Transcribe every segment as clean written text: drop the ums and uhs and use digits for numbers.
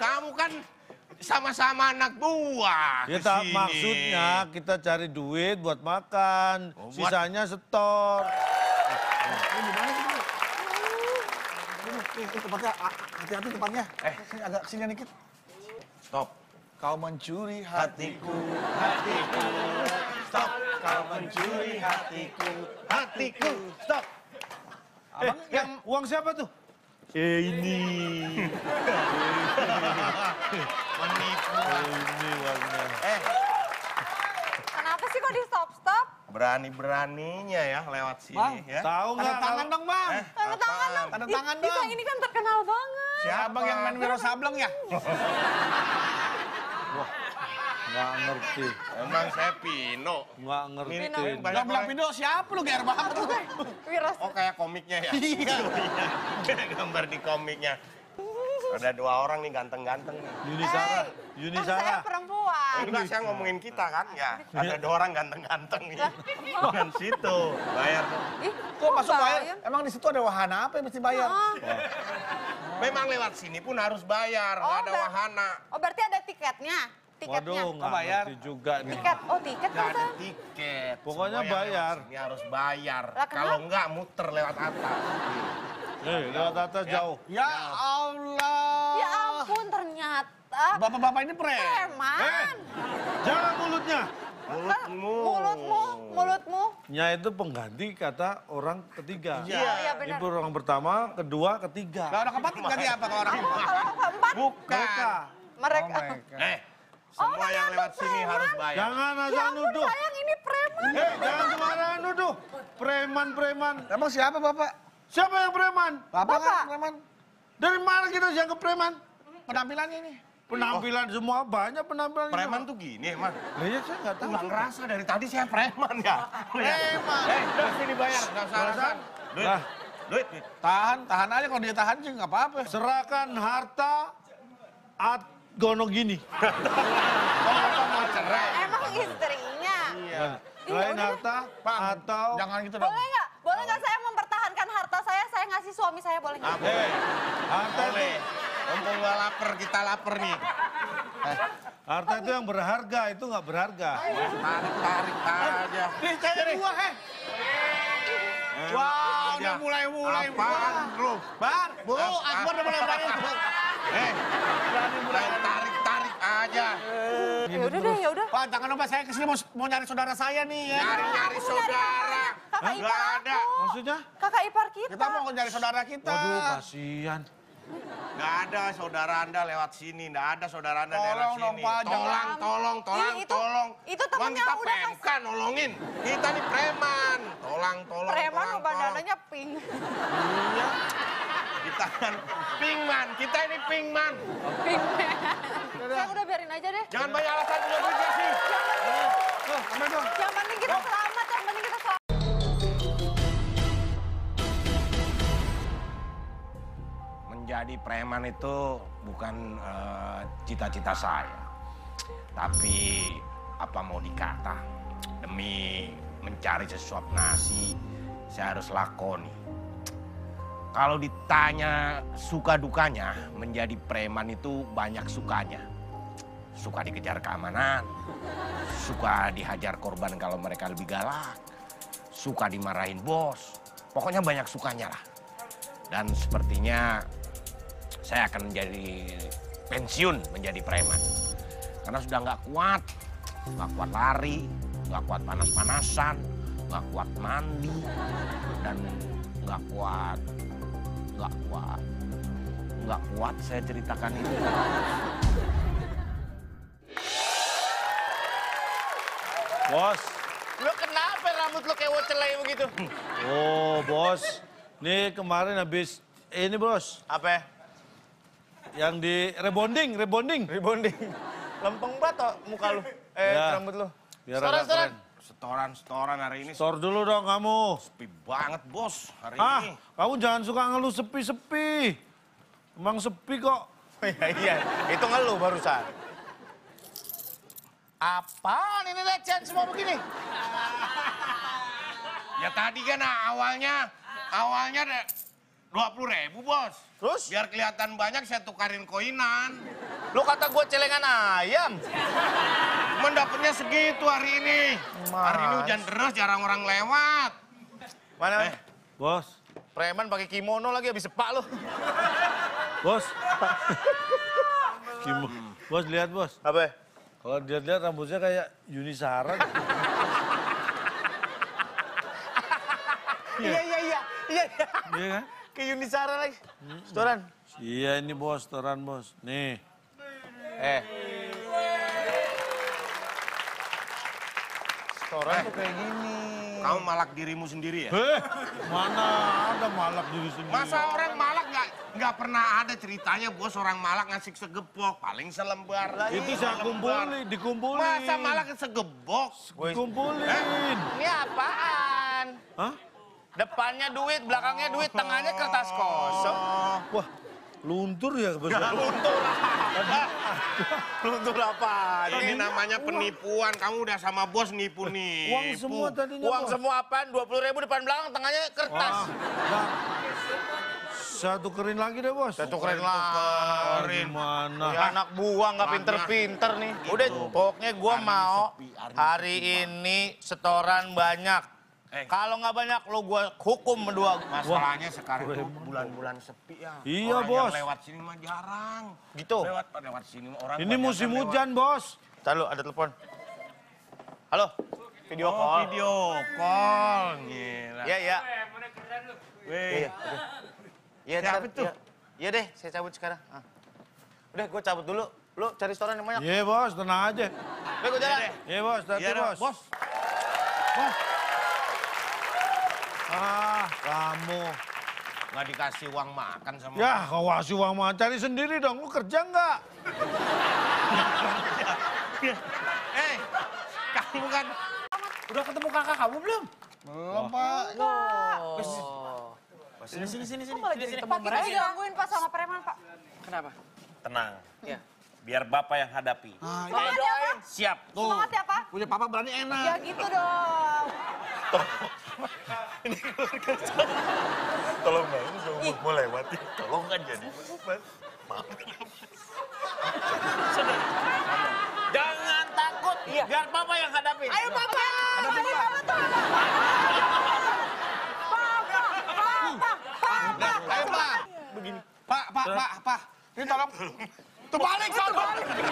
kamu kan sama-sama anak buah. Ya tak, maksudnya kita cari duit buat makan, sisanya setor. Ini gimana sih? Ini tempatnya, hati-hati tempatnya. Sini agak sini dikit. Stop. Kau mencuri hatiku. Stop. Kau mencuri hatiku. Stop. Abang yang Uang siapa tuh? Ini. Menipu. Ini uangnya. Kenapa sih kok di stop-stop? Berani-beraninya ya lewat sini ya. Tahu tanda nggak? tangan dong, Bang. Tanda tangan dong. Tanda Ih, tangan Bisa dong. ini kan terkenal banget. Siapa? Abang yang main Wiro Sableng ya? Nggak ngerti. Emang saya Pino. Nggak ngerti. Ini Bilang banyak bilang Pindo, siapa lu GR banget lu? Wiras. Oh kayak komiknya ya? Iya. Kayak gambar di komiknya. Ada 2 orang nih ganteng-ganteng nih. Yuni Sarah. Kan Yuni saya Sarah. perempuan. Enggak, saya ngomongin kita kan ya. Ada 2 orang ganteng-ganteng nih. Bukan situ. Bayar tuh. Ih, Kok masuk bayar? bayar? Emang di situ ada wahana apa yang mesti bayar? Ah. Memang lewat sini pun harus bayar. Nggak ada wahana. Oh, berarti ada tiketnya? Tiketnya? Waduh, nggak bayar? ngerti juga nih. Tiket, oh tiket Nggak ada masa? tiket. Pokoknya Semua yang bayar. lewat sini harus bayar. Lah, kenapa? Kalau enggak muter lewat atas. Lewat atas jauh. Ya Allah. Ya ampun, ternyata Bapak-bapak ini preman. Jangan mulutnya. Mulutmu. Mulutmu. Nya itu pengganti kata orang ketiga. Iya, benar. Ibu orang pertama, kedua, Lah ketiga. orang keempat ganti apa ke orang? Kalau keempat, Bukan. mereka. Semua yang mereka lewat sini preman. harus bayar. Jangan Ya asal ampun, nuduh. sayang ini preman. Jangan sembarangan nuduh. Preman-preman. Emang siapa Bapak? Siapa yang preman? Bapak kan Bapak. preman. Dari mana kita dianggap preman? Penampilannya ini. Penampilan semua banyak penampilan. Preman tuh gini, emang. Lah ya saya nggak tahu. Nggak ngerasa dari tadi saya preman ya. Preman. Udah sini bayar, nggak usah alasan. Duit. Lah. Duit. Tahan aja kalau dia tahan sih nggak apa-apa. Serahkan harta gono gini. Oh, Bapak mau cerai. Emang istrinya. Iya. Selain harta atau Jangan gitu dong. Boleh nggak? Boleh nggak saya mempertahankan harta saya ngasih suami saya, boleh nggak? harta itu, Boleh. Mumpung nggak lapar, kita lapar nih. harta itu yang berharga, itu nggak berharga. Tarik aja. Nih, saya dari gua, Wah, udah mulai. Apaan lu? Bar, Bu, Akbar udah mulai berani. Mulai tarik aja. Ya udah deh, ya udah. Pak, jangan lupa saya kesini mau nyari saudara saya nih ya. Nyari saudara. Kakak Nggak ipar ada. aku. Maksudnya? Kakak ipar kita. Kita mau nyari saudara kita. Waduh, kasihan. Nggak ada saudara Anda lewat sini. Nggak ada saudara Anda lewat Tolong dong, sini. Pak, jangan. Tolong, Itu tolong. itu temennya Kita udah PMK nolongin. Kita nih preman. Tolong. Preman kok badannya pink. Iya. Kita kan pinkman. Kita ini pinkman. Pink. Saya udah biarin aja deh. Jangan banyak alasan punya duitnya sih. Yang penting kita selamat, yang penting kita selamat. Menjadi preman itu bukan cita-cita saya. Tapi apa mau dikata, demi mencari sesuap nasi, saya harus lakoni. Kalau ditanya suka dukanya, menjadi preman itu banyak sukanya. Suka dikejar keamanan, suka dihajar korban kalau mereka lebih galak, suka dimarahin bos, pokoknya banyak sukanya lah. Dan sepertinya saya akan menjadi pensiun menjadi preman. Karena sudah nggak kuat lari, nggak kuat panas-panasan, nggak kuat mandi, dan nggak kuat saya ceritakan itu. Bos. Lo kenapa rambut lo kayak wocelai begitu? Oh, bos. Nih kemarin habis ini, bos. Apa? Yang di rebonding. Rebonding. Lempeng banget toh muka lu. Ya. Rambut lu. Biar agak keren. Setoran hari ini Store dulu dong kamu. sepi banget bos hari Ah, ini. kamu jangan suka ngeluh sepi-sepi. Emang sepi kok. Iya, itu ngeluh barusan. Apaan ini lecet semua begini? Ya tadi kan awalnya 20.000 bos. Terus? Biar kelihatan banyak saya tukarin koinan. Lu kata gue celengan ayam. Cuman dapetnya segitu hari ini. Hari ini hujan deras, jarang orang lewat. Mana? Bos, Preman pakai kimono lagi habis sepak lu. bos. Bos, lihat bos. Apa? Kalau dilihat rambutnya kayak Yuni Sara. Iya. Iya kan? Ke Yunisara lagi. Setoran. Iya ini bos, setoran bos. Nih. Setoran tuh kayak gini. Kamu malak dirimu sendiri ya? Mana ada malak diri sendiri. Masa orang malak nggak pernah ada ceritanya bos orang malak ngasih segepok, paling selembar. Itu saya kumpulin, dikumpulin. Masa malak segepok? Dikumpulin. Ini apaan? Hah? Depannya duit, belakangnya duit, tengahnya kertas kosong. Wah, luntur ya bos. Luntur apa? Ini namanya penipuan. Kamu udah sama bos nipu-nipu. Uang semua tadinya Uang bos. semua apaan? 20.000 depan belakang, tengahnya kertas. Wah, saya tukerin lagi deh bos. Saya tukerin lah. Gimana? Ya anak buah nggak pinter-pinter nih. Udah, pokoknya gua mau hari ini setoran banyak. Kalau nggak banyak, lo gua hukum berdua. Masalahnya sekarang itu bulan-bulan sepi ya. Iya, Orang bos. yang lewat sini mah jarang. Gitu. Lewat sini orang. Ini banyak musim yang lewat. hujan bos. Ntar lu ada telepon. Halo, video Oh, call. video call. Gila. Iya. Weh. Iya, Siapa ntar, tuh? Iya deh, saya cabut sekarang. Udah, gue cabut dulu. Lu cari setoran yang banyak. Iya bos, tenang aja. Udah, gue jalan. Iya bos, hati Iya dah, bos. bos. Ah, kamu. Nggak dikasih uang makan sama. Ya, kau kasih uang makan, cari sendiri dong. Lu kerja nggak? Kamu kan. Udah ketemu kakak kamu belum? Belum, Pak. Sini. Kok malah jadi ketemu mereka? Digangguin Pak sama preman Pak. Kenapa? Tenang. Iya. Biar Bapak yang hadapi. Semangat ya Pak. Siap. Semangat ya Pak. Punya papa berani enak. Ya gitu dong. Tolong Mbak, ini mau lewati. Tolong kan jadi. Maaf. Jangan takut, biar papa yang hadapi. Ayo Papa. Ini Papa tuh. Papa. Ayo, Pak. Begini. Pak. Ini tolong. Terbalik, sono.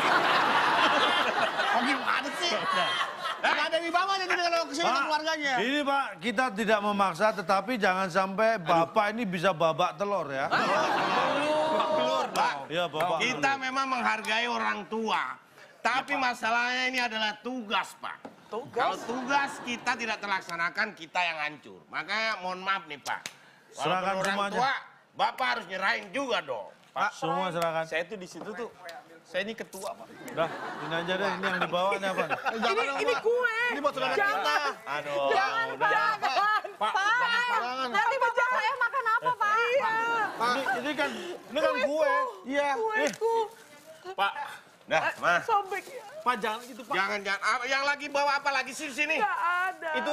Oh, gimana sih? Nggak ada di bawah nih kalau kesini Pak, keluarganya. ini Pak, kita tidak memaksa, tetapi jangan sampai Bapak ini bisa babak telur ya. Telur, Pak. Iya, Bapak. Kita memang menghargai orang tua. Tapi masalahnya ini adalah tugas, Pak. Kalau tugas kita tidak terlaksanakan, kita yang hancur. Makanya mohon maaf nih, Pak. Serahkan Walaupun orang semuanya. tua, Bapak harus nyerahin juga dong. Pak, semua serahkan. Saya tuh di situ tuh. Saya ini ketua, Pak. Udah, ini aja deh, ini yang dibawa ini apa nih? Ini kue. Ini buat saudara kita. Aduh. Jangan Pak. Nanti Bapak saya makan apa Pak? Ini kan kue. Iya. Kueku. Pak. Dah, Mas. Sobek ya. Pak jangan gitu, Pak. Jangan. Yang lagi bawa apa lagi sini? Gak ada. Itu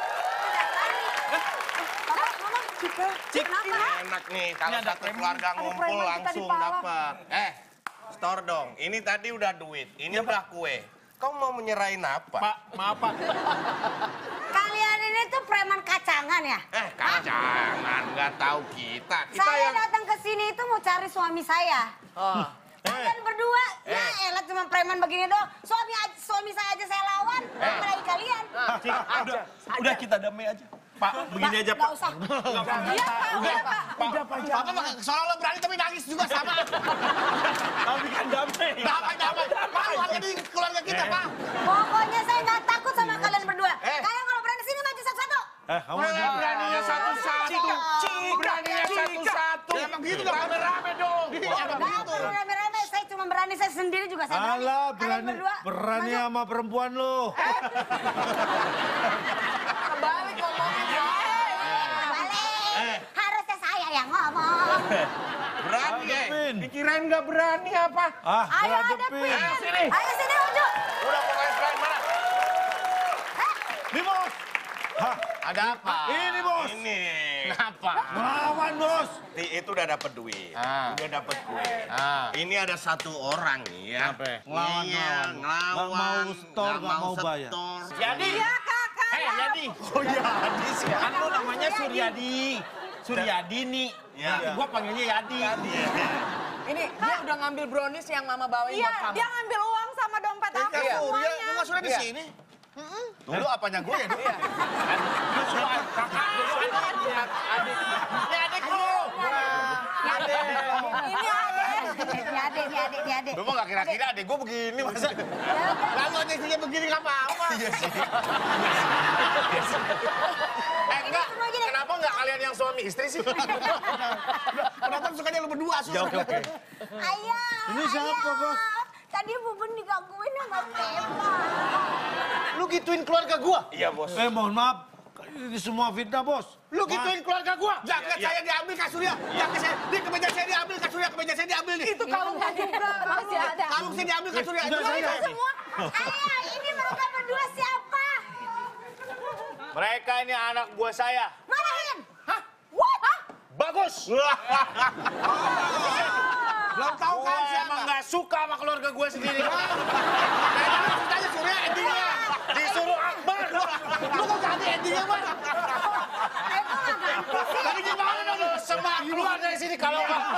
Enak nih, kalau satu keluarga ngumpul preman kita langsung dipalak. dapat. Store dong. Ini tadi udah duit, ini udah kue. Kau mau menyerahin apa? Pak, maaf, Pak. Kalian ini tuh preman kacangan ya? Jangan, nggak tahu kita. Kita Saya yang datang ke sini itu mau cari suami saya. Kalian berdua, ya elah cuma preman begini doang. Suami saya aja saya lawan, apalagi kalian. Udah kita damai aja. Pak, begini aja, Nggak Pak. usah. Iya Pak. Udah Pak. Papa seolah lo berani tapi nangis juga sama. Tapi kan damai. Damai. Malu ada di keluarga kita, Pak. Pokoknya saya nggak takut sama kalian berdua. Kalian kalau berani sini maju satu-satu. Kamu beraninya satu-satu. Beraninya satu-satu. Ya, emang gitu dong. Rame-rame dong. Nggak perlu rame-rame, saya cuma berani saya sendiri juga saya berani. Alah, Kalian berdua, berani maju. sama perempuan lo. Kembali ngomongnya. Balik. Harusnya saya yang ngomong. Berani, Hadepin. Dikirain nggak berani apa? Ayo hadepin. hadapin. Sini. Ayo sini Uju. Udah pokoknya selain mana? Nih bos. Hah, Ada apa? ini bos. Ini Kenapa? Ngelawan, Bos. Itu udah dapet duit, Ah. udah dapet kue. Ah. Ini ada satu orang nih ya. Kenapa? Ngelawan, Iya, ngelawan. ngelawan. Nggak mau setor, nggak mau bayar. setor. Jadi. Iya kakak. Jadi. Oh iya, Adi sih. Kan lu namanya Suryadi. Suryadi nih. Ya. Nanti gua panggilnya Yadi. Ini dia udah ngambil brownies yang mama bawain Iya, buat kamu. dia ngambil uang sama dompet aku semuanya. Lu Surya di sini? Dulu apanya gue ya? Ini adik lu. Ini adik. Lu mah gak kira-kira adik gue begini masa. Lalu aja istrinya begini nggak apa-apa. Iya sih. Enggak, kenapa enggak kalian yang suami istri sih? Kenapa sukanya lu berdua, Sus? Oke. Ayah. Ini siapa, Bos? Tadi Bubun digangguin sama Pema. Lu gituin keluarga gua? Iya, Bos. Mohon maaf. Ini semua fitnah, Bos. Lu gituin keluarga gua? Jaket saya diambil kasurnya. Jaket saya, di kemeja saya diambil kasurnya, kemeja saya diambil nih. Itu kalungnya juga masih ada. Kalung saya diambil kasurnya. Sudah, saya. Semua. Ayah, ini mereka berdua siapa? Mereka ini anak buah saya. Marahin. Bagus. Belum tahu Gua kan siapa? emang gak suka sama keluarga gua sendiri. Tanya Surya endingnya. Disuruh Akbar. Lu kok ganti endingnya, Bang? Tadi gimana dong? Semak keluar dari sini kalau nggak